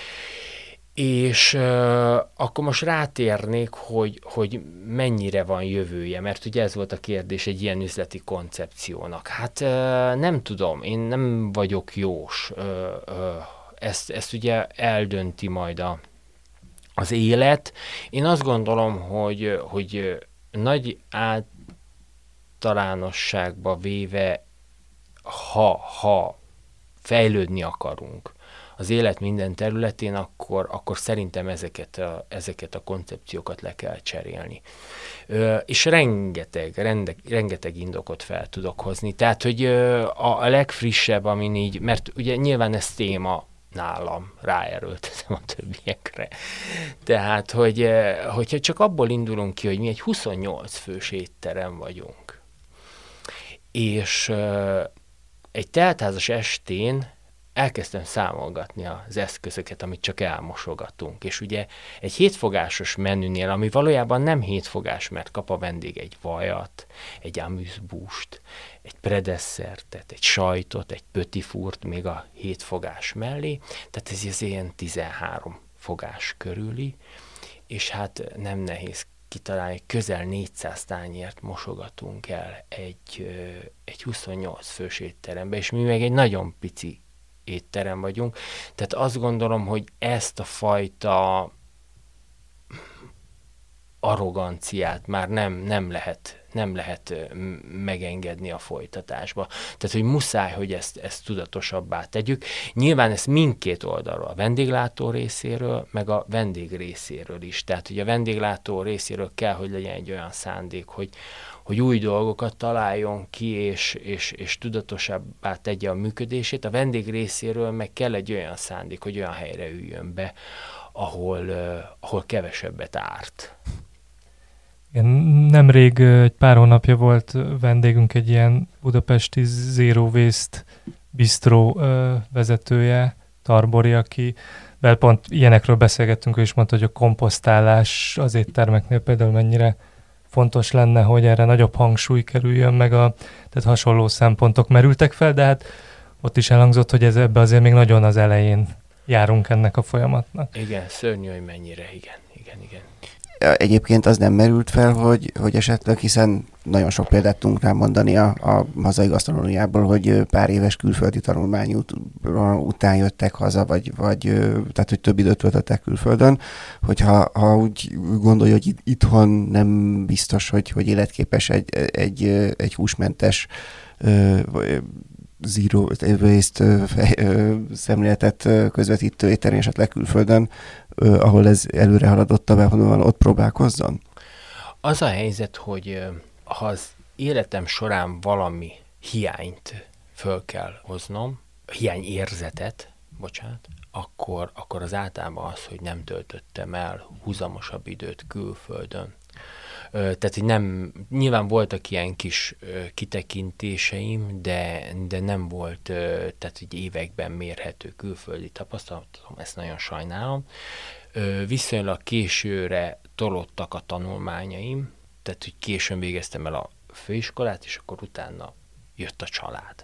És uh, akkor most rátérnék, hogy, hogy mennyire van jövője, mert ugye ez volt a kérdés egy ilyen üzleti koncepciónak. Hát uh, nem tudom, én nem vagyok jós. Uh, uh, ezt, ezt ugye eldönti majd a, az élet. Én azt gondolom, hogy, hogy nagy általánosságba véve, ha, ha fejlődni akarunk az élet minden területén, akkor, akkor szerintem ezeket a, ezeket a koncepciókat le kell cserélni. Ö, és rengeteg, rende, rengeteg indokot fel tudok hozni. Tehát, hogy ö, a, a legfrissebb, amin így, mert ugye nyilván ez téma nálam, ráerőltetem a többiekre. Tehát, hogy, hogyha csak abból indulunk ki, hogy mi egy huszonnyolc fős étterem vagyunk, és ö, egy teltházas estén elkezdtem számolgatni az eszközöket, amit csak elmosogatunk. És ugye egy hétfogásos menünél, ami valójában nem hétfogás, mert kap a vendég egy vajat, egy amüszbúst, egy predesszertet, egy sajtot, egy pötifurt még a hétfogás mellé, tehát ez az ilyen tizenhárom fogás körüli, és hát nem nehéz kitalálni, közel négyszáz tányért mosogatunk el egy, egy huszonnyolc fős étterembe, és mi meg egy nagyon pici étterem vagyunk. Tehát azt gondolom, hogy ezt a fajta arroganciát már nem, nem lehet, nem lehet megengedni a folytatásba. Tehát, hogy muszáj, hogy ezt, ezt tudatosabbá tegyük. Nyilván ezt mindkét oldalról, a vendéglátó részéről, meg a vendég részéről is. Tehát, hogy a vendéglátó részéről kell, hogy legyen egy olyan szándék, hogy, hogy új dolgokat találjon ki, és, és, és tudatosabbá tegye a működését. A vendég részéről meg kell egy olyan szándék, hogy olyan helyre üljön be, ahol, uh, ahol kevesebbet árt. Igen, nemrég egy pár hónapja volt vendégünk egy ilyen budapesti Zero Waste Bistro vezetője, Tarbori, aki pont ilyenekről beszélgettünk, ő is mondta, hogy a komposztálás az éttermeknél például mennyire fontos lenne, hogy erre nagyobb hangsúly kerüljön, meg a, tehát hasonló szempontok merültek fel, de hát ott is elhangzott, hogy ez ebbe azért még nagyon az elején járunk ennek a folyamatnak. Igen, szörnyű, hogy mennyire, igen, igen, igen. Egyébként az nem merült fel, hogy, hogy esetleg, hiszen nagyon sok példát tudunk rá mondani a, a hazai gasztronómiából, hogy pár éves külföldi tanulmány ut- után jöttek haza, vagy, vagy tehát, hogy több időt töltöttek külföldön, hogyha ha úgy gondolja, hogy itthon nem biztos, hogy, hogy életképes egy, egy, egy húsmentes zero waste szemléletet közvetítő étterem esetleg külföldön, ahol ez előre haladott, van, ott próbálkozzon? Az a helyzet, hogy ha az életem során valami hiányt föl kell hoznom, hiányérzetet, bocsánat, akkor, akkor az általában az, hogy nem töltöttem el húzamosabb időt külföldön. Tehát, hogy nem, nyilván voltak ilyen kis kitekintéseim, de, de nem volt, tehát, hogy években mérhető külföldi tapasztalatom, ezt nagyon sajnálom. Viszonylag későre tolódtak a tanulmányaim, tehát, hogy későn végeztem el a főiskolát, és akkor utána jött a család.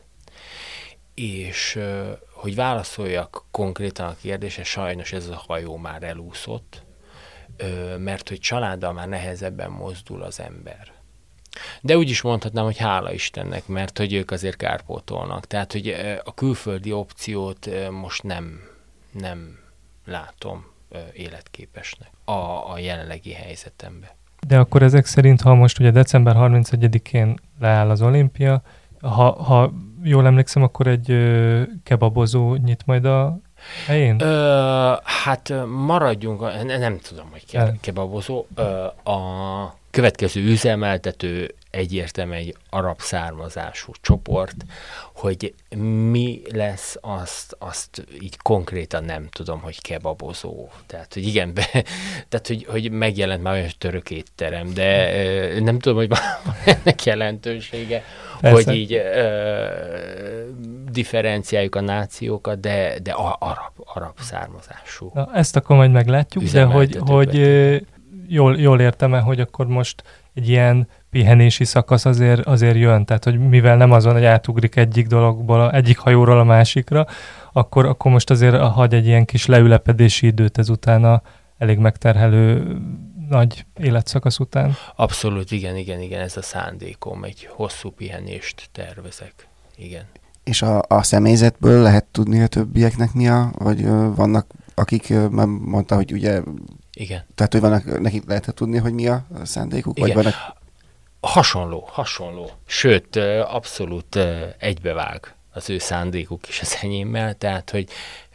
És hogy válaszoljak konkrétan a kérdésre, sajnos ez a hajó már elúszott, mert hogy családdal már nehezebben mozdul az ember. De úgy is mondhatnám, hogy hála Istennek, mert hogy ők azért kárpótolnak. Tehát, hogy a külföldi opciót most nem, nem látom életképesnek a, a jelenlegi helyzetemben. De akkor ezek szerint, ha most ugye december harmincegyedikén leáll az olimpia, ha, ha jól emlékszem, akkor egy ö, kebabozó nyit majd a helyén? Ö, hát maradjunk, nem, nem tudom, hogy ke, kebabozó. Ö, a következő üzemeltető egyértelműen egy arab származású csoport, hogy mi lesz, azt, azt így konkrétan nem tudom, hogy kebabozó. Tehát, hogy igen, be, tehát, hogy, hogy megjelent már olyan török étterem, de ö, nem tudom, hogy van ennek jelentősége, persze, hogy így ö, differenciáljuk a nációkat, de, de arab, arab származású. Na, ezt akkor majd meglátjuk, de hogy, hogy jól, jól értem-e, hogy akkor most egy ilyen pihenési szakasz azért, azért jön, tehát hogy mivel nem azon, hogy átugrik egyik dologból, egyik hajóról a másikra, akkor, akkor most azért hagy egy ilyen kis leülepedési időt ezután a elég megterhelő nagy életszakasz után. Abszolút, igen, igen, igen, ez a szándékom, egy hosszú pihenést tervezek, igen. És a, a személyzetből lehet tudni a többieknek mi a, vagy uh, vannak, akik uh, már mondta, hogy ugye, igen. Tehát, hogy vannak, nekik lehet tudni, hogy mi a szándékuk? Igen. Vagy vannak... Hasonló, hasonló. Sőt, abszolút egybevág az ő szándékuk is az enyémmel, tehát, hogy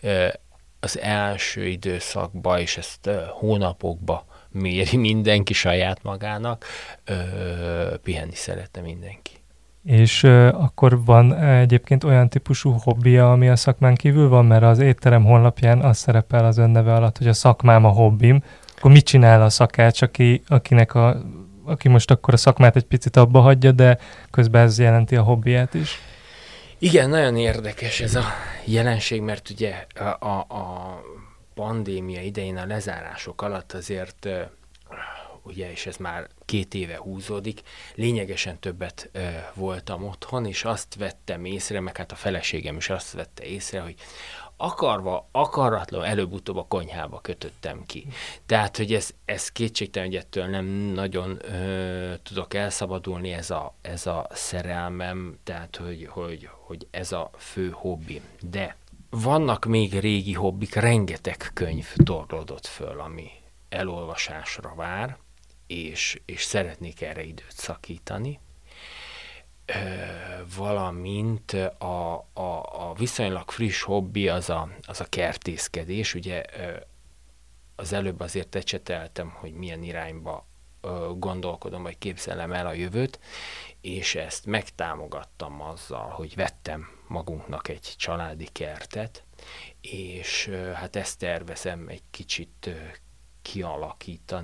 az első időszakban, és ezt hónapokba méri mindenki saját magának, pihenni szeretne mindenki. És uh, akkor van egyébként olyan típusú hobbija, ami a szakmán kívül van, mert az étterem honlapján az szerepel az önneve alatt, hogy a szakmám a hobbim. Akkor mit csinál a szakács, aki, akinek a, aki most akkor a szakmát egy picit abba hagyja, de közben ez jelenti a hobbiját is? Igen, nagyon érdekes ez a jelenség, mert ugye a, a, a pandémia idején a lezárások alatt azért ugye, és ez már két éve húzódik, lényegesen többet ö, voltam otthon, és azt vettem észre, meg hát a feleségem is azt vette észre, hogy akarva, akaratlan előbb-utóbb a konyhába kötöttem ki. Tehát, hogy ez, ez kétségtelen, hogy ettől nem nagyon ö, tudok elszabadulni, ez a, ez a szerelmem, tehát, hogy, hogy, hogy ez a fő hobbim. De vannak még régi hobbik, rengeteg könyv torlódott föl, ami elolvasásra vár, és, és szeretnék erre időt szakítani, ö, valamint a, a, a viszonylag friss hobbi az a, az a kertészkedés. Ugye ö, az előbb azért ecseteltem, hogy milyen irányba ö, gondolkodom, vagy képzelem el a jövőt, és ezt megtámogattam azzal, hogy vettem magunknak egy családi kertet, és ö, hát ezt tervezem egy kicsit ö, kialakítani,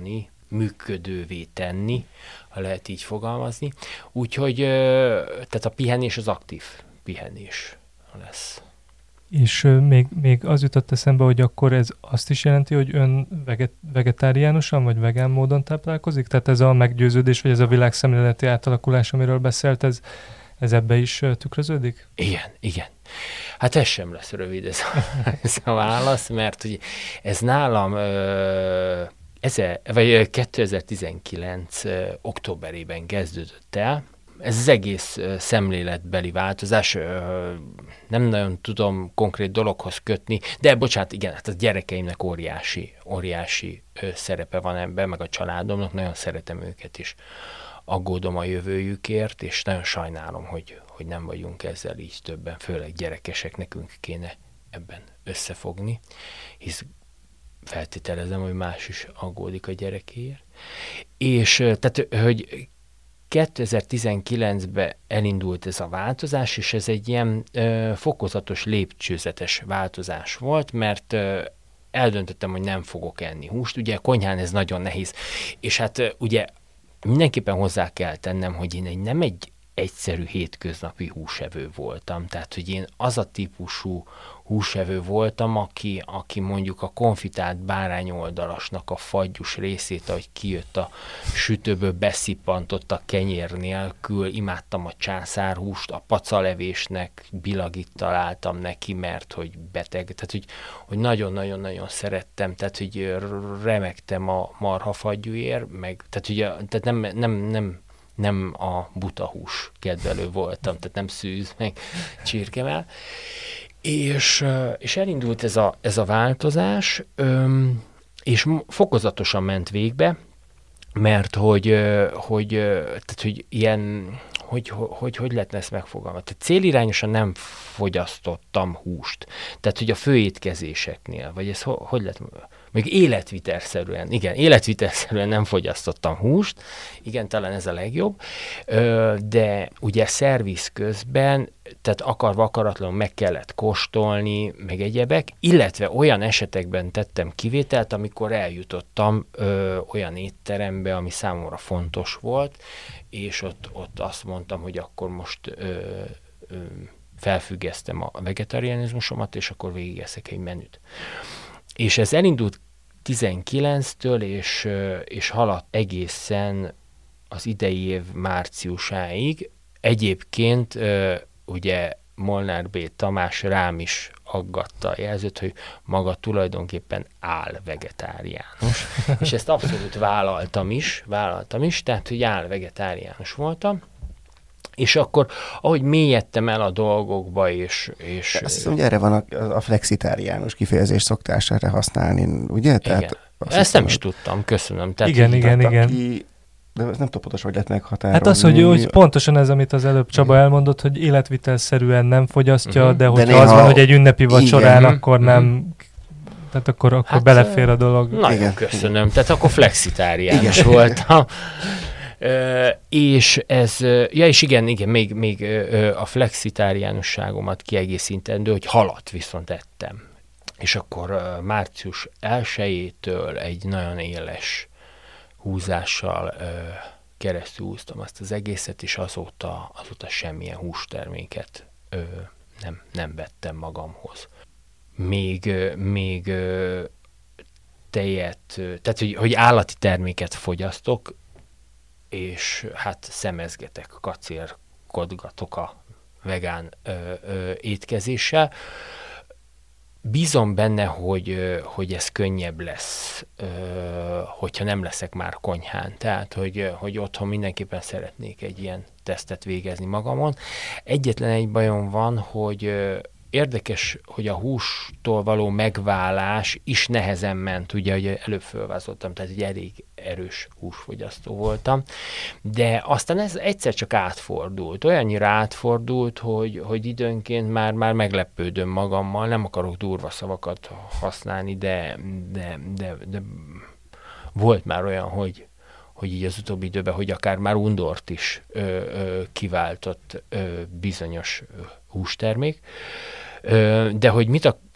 működővé tenni, ha lehet így fogalmazni. Úgyhogy tehát a pihenés az aktív pihenés lesz. És még, még az jutott eszembe, hogy akkor ez azt is jelenti, hogy ön veget, vegetáriánusan vagy vegán módon táplálkozik? Tehát ez a meggyőződés, vagy ez a világszemléleti átalakulás, amiről beszélt, ez, ez ebbe is tükröződik? Igen, igen. Hát ez sem lesz rövid ez a, ez a válasz, mert hogy ez nálam ö, ezer, vagy kétezer-tizenkilenc ö, októberében kezdődött el. Ez az egész ö, szemléletbeli változás, ö, nem nagyon tudom konkrét dologhoz kötni, de bocsánat, igen, hát a gyerekeimnek óriási, óriási ö, szerepe van ebben, meg a családomnak, nagyon szeretem őket is. Aggódom a jövőjükért, és nagyon sajnálom, hogy, hogy nem vagyunk ezzel így többen, főleg gyerekesek, nekünk kéne ebben összefogni, hisz feltételezem, hogy más is aggódik a gyerekéért. És tehát, hogy kétezer-tizenkilencben elindult ez a változás, és ez egy ilyen ö, fokozatos, lépcsőzetes változás volt, mert ö, eldöntöttem, hogy nem fogok enni húst. Ugye konyhán ez nagyon nehéz, és hát ö, ugye mindenképpen hozzá kell tennem, hogy én egy, nem egy egyszerű hétköznapi húsevő voltam. Tehát, hogy én az a típusú húsevő voltam, aki, aki mondjuk a konfitált bárányoldalasnak a fagyus részét, ahogy kijött a sütőből, beszippantott a kenyér nélkül, imádtam a császárhúst, a pacalevésnek bilagit találtam neki, mert hogy beteg, tehát hogy, hogy nagyon-nagyon-nagyon szerettem, tehát hogy remegtem a marhafagyúért, meg, tehát, ugye, tehát nem, nem, nem nem a butahús kedvelő voltam, tehát nem szűz, meg csirkemel. És, és elindult ez a, ez a változás, és fokozatosan ment végbe, mert hogy, hogy, tehát, hogy ilyen, hogy, hogy, hogy lehetne ezt megfogalmazni? Tehát célirányosan nem fogyasztottam húst. Tehát, hogy a főétkezéseknél, vagy ez ho, hogy lehet, még életvitelszerűen, igen, életvitelszerűen nem fogyasztottam húst, igen, talán ez a legjobb, de ugye szerviz közben, tehát akarva akaratlanul meg kellett kóstolni, meg egyebek, illetve olyan esetekben tettem kivételt, amikor eljutottam ö, olyan étterembe, ami számomra fontos volt, és ott, ott azt mondtam, hogy akkor most ö, ö, felfüggesztem a vegetarianizmusomat, és akkor végigeszek egy menüt. És ez elindult tizenkilenctől, és, és haladt egészen az idei év márciusáig. Egyébként ugye Molnár B. Tamás rám is aggatta a jelzőt, hogy maga tulajdonképpen áll vegetáriánus. És ezt abszolút vállaltam is, vállaltam is, tehát hogy áll vegetáriánus voltam. És akkor, ahogy mélyedtem el a dolgokba, és... és azt hiszem, hogy erre van a, a flexitáriánus kifejezést szoktás erre használni, ugye? Tehát igen. Ezt hiszem, nem is tudtam, köszönöm. Tehát igen, így, igen, igen. Aki, de nem tudom pontosan, hogy lehet meghatározni. Hát az, hogy, hogy pontosan ez, amit az előbb Csaba elmondott, hogy életvitelszerűen nem fogyasztja, uh-huh. de hogyha az van, hogy egy ünnepi vacsorán, igen. akkor uh-huh. nem... Tehát akkor, akkor hát, belefér a dolog. Nagyon igen. köszönöm. Tehát akkor flexitáriánus voltam. Uh, és ez, uh, ja és igen, igen, még, még uh, a flexitáriánusságomat kiegészítendő, hogy halat viszont ettem. És akkor uh, március elsejétől egy nagyon éles húzással uh, keresztül húztam azt az egészet, és azóta, azóta semmilyen hústerméket uh, nem, nem vettem magamhoz. Még, uh, még uh, tejet, uh, tehát hogy, hogy állati terméket fogyasztok, és hát szemezgetek, kacérkodgatok a vegán ö, ö, étkezéssel. Bízom benne, hogy, ö, hogy ez könnyebb lesz, ö, hogyha nem leszek már konyhán. Tehát, hogy, ö, hogy otthon mindenképpen szeretnék egy ilyen tesztet végezni magamon. Egyetlen egy bajom van, hogy ö, érdekes, hogy a hústól való megválás is nehezen ment, ugye, hogy előbb fölvázoltam, tehát egy elég erős húsfogyasztó voltam, de aztán ez egyszer csak átfordult, olyannyira átfordult, hogy, hogy időnként már, már meglepődöm magammal, nem akarok durva szavakat használni, de, de, de, de volt már olyan, hogy, hogy így az utóbbi időben, hogy akár már undort is ö, ö, kiváltott ö, bizonyos hústermék. De hogy mit, ak-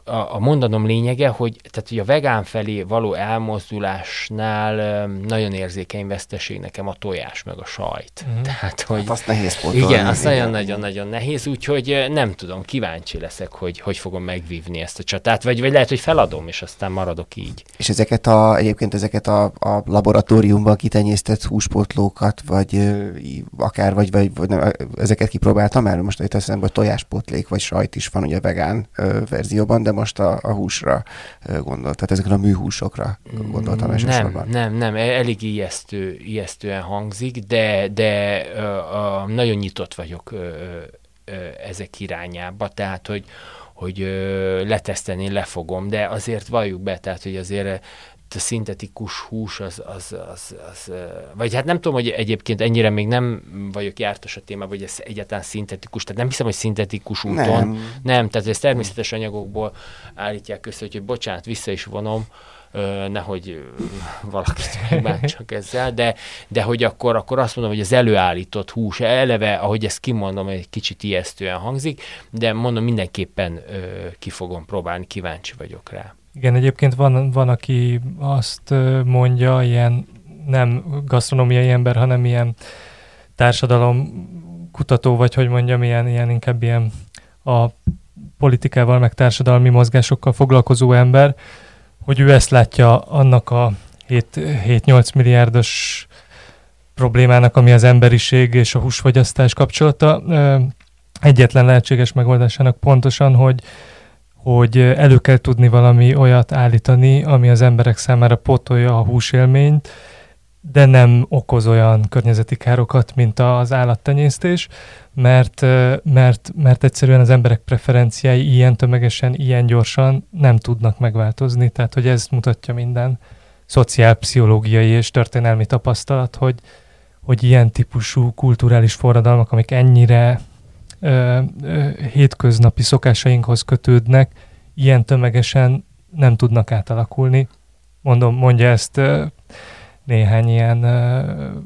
a, a mondanom lényege, hogy, tehát, hogy a vegán felé való elmozdulásnál nagyon érzékeny veszteség nekem a tojás meg a sajt. Mm. Tehát, hogy Hát azt nehéz pótolni. igen, az nagyon-nagyon-nagyon nehéz, úgyhogy nem tudom, kíváncsi leszek, hogy hogy fogom megvívni ezt a csatát, vagy, vagy lehet, hogy feladom, és aztán maradok így. És ezeket a, egyébként ezeket a, a laboratóriumban kitenyésztett húspótlókat, vagy ö, akár, vagy, vagy, vagy nem, ezeket kipróbáltam már, most itt azt hiszem, hogy tojáspótlék, vagy sajt is van ugye vegán ö, verzióban, de most a, a húsra ö, gondolt, tehát ezekre a műhúsokra gondoltam elsősorban. Nem, nem, nem, elég ijesztő, ijesztően hangzik, de, de ö, ö, nagyon nyitott vagyok ö, ö, ezek irányába, tehát, hogy, hogy ö, letesztelni lefogom, de azért valljuk be, tehát, hogy azért a szintetikus hús az, az, az, az, vagy hát nem tudom, hogy egyébként ennyire még nem vagyok jártas a témában, hogy ez egyáltalán szintetikus, tehát nem hiszem, hogy szintetikus úton, nem, nem tehát ez természetes anyagokból állítják össze, hogy bocsánat, vissza is vonom, nehogy valakit megbántsak ezzel, de, de hogy akkor, akkor azt mondom, hogy az előállított hús eleve, ahogy ezt kimondom, egy kicsit ijesztően hangzik, de mondom, mindenképpen ki fogom próbálni, kíváncsi vagyok rá. Igen, egyébként van, van, aki azt mondja, ilyen nem gasztronómiai ember, hanem ilyen társadalomkutató, vagy hogy mondjam, ilyen, ilyen inkább ilyen a politikával, meg társadalmi mozgásokkal foglalkozó ember, hogy ő ezt látja annak a hét-nyolc milliárdos problémának, ami az emberiség és a húsfogyasztás kapcsolata. Egyetlen lehetséges megoldásának pontosan, hogy hogy elő kell tudni valami olyat állítani, ami az emberek számára pótolja a húsélményt, de nem okoz olyan környezeti károkat, mint az állattenyésztés, mert, mert, mert egyszerűen az emberek preferenciái ilyen tömegesen, ilyen gyorsan nem tudnak megváltozni. Tehát, hogy ez mutatja minden szociálpszichológiai és történelmi tapasztalat, hogy, hogy ilyen típusú kulturális forradalmak, amik ennyire Ö, ö, hétköznapi szokásainkhoz kötődnek, ilyen tömegesen nem tudnak átalakulni. Mondom, mondja ezt ö, néhány ilyen ö,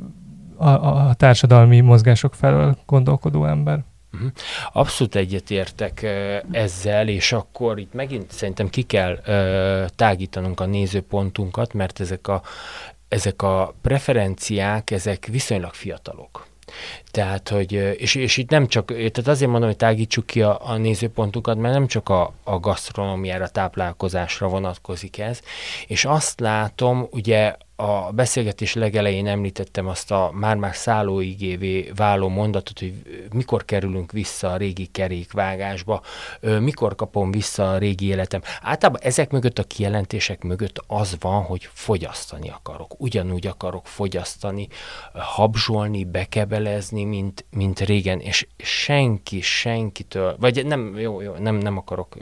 a, a társadalmi mozgások felől gondolkodó ember. Abszolút egyetértek ezzel, és akkor itt megint szerintem ki kell ö, tágítanunk a nézőpontunkat, mert ezek a, ezek a preferenciák, ezek viszonylag fiatalok. Tehát, hogy, és, és itt nem csak, tehát azért mondom, hogy tágítsuk ki a, a nézőpontokat, mert nem csak a, a gasztronómiára, táplálkozásra vonatkozik ez, és azt látom, ugye a beszélgetés legelején említettem azt a már-már szállóigévé váló mondatot, hogy mikor kerülünk vissza a régi kerékvágásba, mikor kapom vissza a régi életem. Általában ezek mögött, a kijelentések mögött az van, hogy fogyasztani akarok. Ugyanúgy akarok fogyasztani, habzsolni, bekebelezni, mint, mint régen, és senki, senkitől, vagy nem, jó, jó, nem, nem akarok,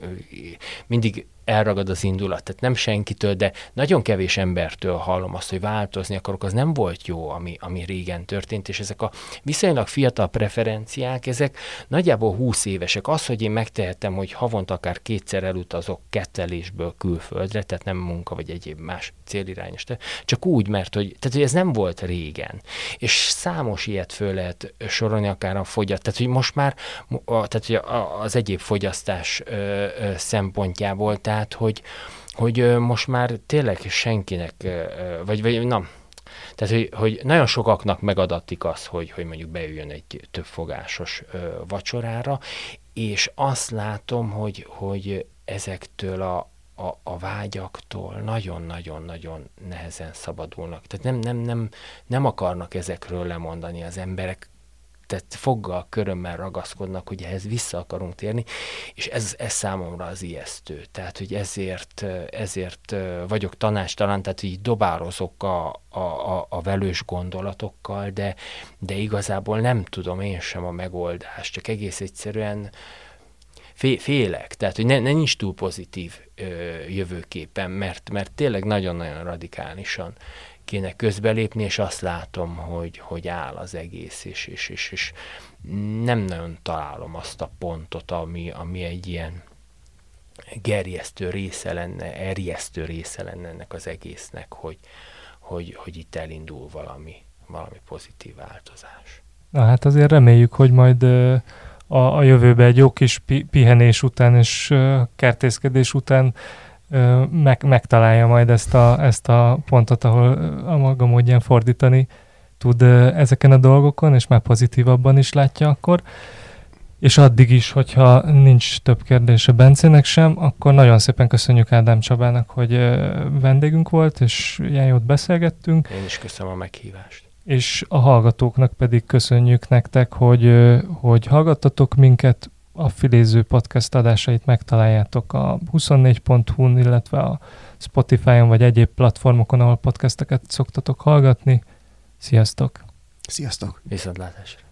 mindig elragad az indulat, tehát nem senkitől, de nagyon kevés embertől hallom azt, hogy változni akarok, az nem volt jó, ami, ami régen történt, és ezek a viszonylag fiatal preferenciák, ezek nagyjából húsz évesek. Az, hogy én megtehetem, hogy havonta akár kétszer elutazok kettelésből külföldre, tehát nem munka vagy egyéb más célirányos, csak úgy, mert hogy, tehát, hogy ez nem volt régen. És számos ilyet föl lehet sorolni, akár a fogyat, tehát hogy most már tehát, hogy az egyéb fogyasztás ö, ö, szempontjából, tehát, hogy, hogy most már tényleg senkinek, vagy, vagy nem, tehát, hogy, hogy nagyon sokaknak megadatik az, hogy, hogy mondjuk beüljön egy többfogásos vacsorára, és azt látom, hogy, hogy ezektől a, a, a vágyaktól nagyon-nagyon-nagyon nehezen szabadulnak. Tehát nem, nem, nem, nem akarnak ezekről lemondani az emberek, tehát foggal, körömmel ragaszkodnak, hogy ehhez vissza akarunk térni, és ez, ez számomra az ijesztő. Tehát, hogy ezért, ezért vagyok tanácstalan, tehát így dobálozok a, a, a, a velős gondolatokkal, de, de igazából nem tudom én sem a megoldást, csak egész egyszerűen fé, félek. Tehát, hogy ne, ne nincs túl pozitív ö, jövőképen, mert, mert tényleg nagyon-nagyon radikálisan kéne közbelépni, és azt látom, hogy, hogy áll az egész, és, és, és, és nem nagyon találom azt a pontot, ami, ami egy ilyen gerjesztő része lenne, erjesztő része lenne ennek az egésznek, hogy, hogy, hogy itt elindul valami, valami pozitív változás. Na hát azért reméljük, hogy majd a, a jövőbe egy jó kis pi, pihenés után és uh, kertészkedés után uh, meg, megtalálja majd ezt a, ezt a pontot, ahol a maga módján fordítani tud uh, ezeken a dolgokon, és már pozitívabban is látja akkor. És addig is, hogyha nincs több kérdése Bencének sem, akkor nagyon szépen köszönjük Ádám Csabának, hogy uh, vendégünk volt, és ilyen jót beszélgettünk. Én is köszönöm a meghívást. És a hallgatóknak pedig köszönjük nektek, hogy, hogy hallgattatok minket, a Filéző podcast adásait megtaláljátok a huszonnégy pont hu-n, illetve a Spotify-on vagy egyéb platformokon, ahol podcasteket szoktatok hallgatni. Sziasztok! Sziasztok! Viszontlátásra!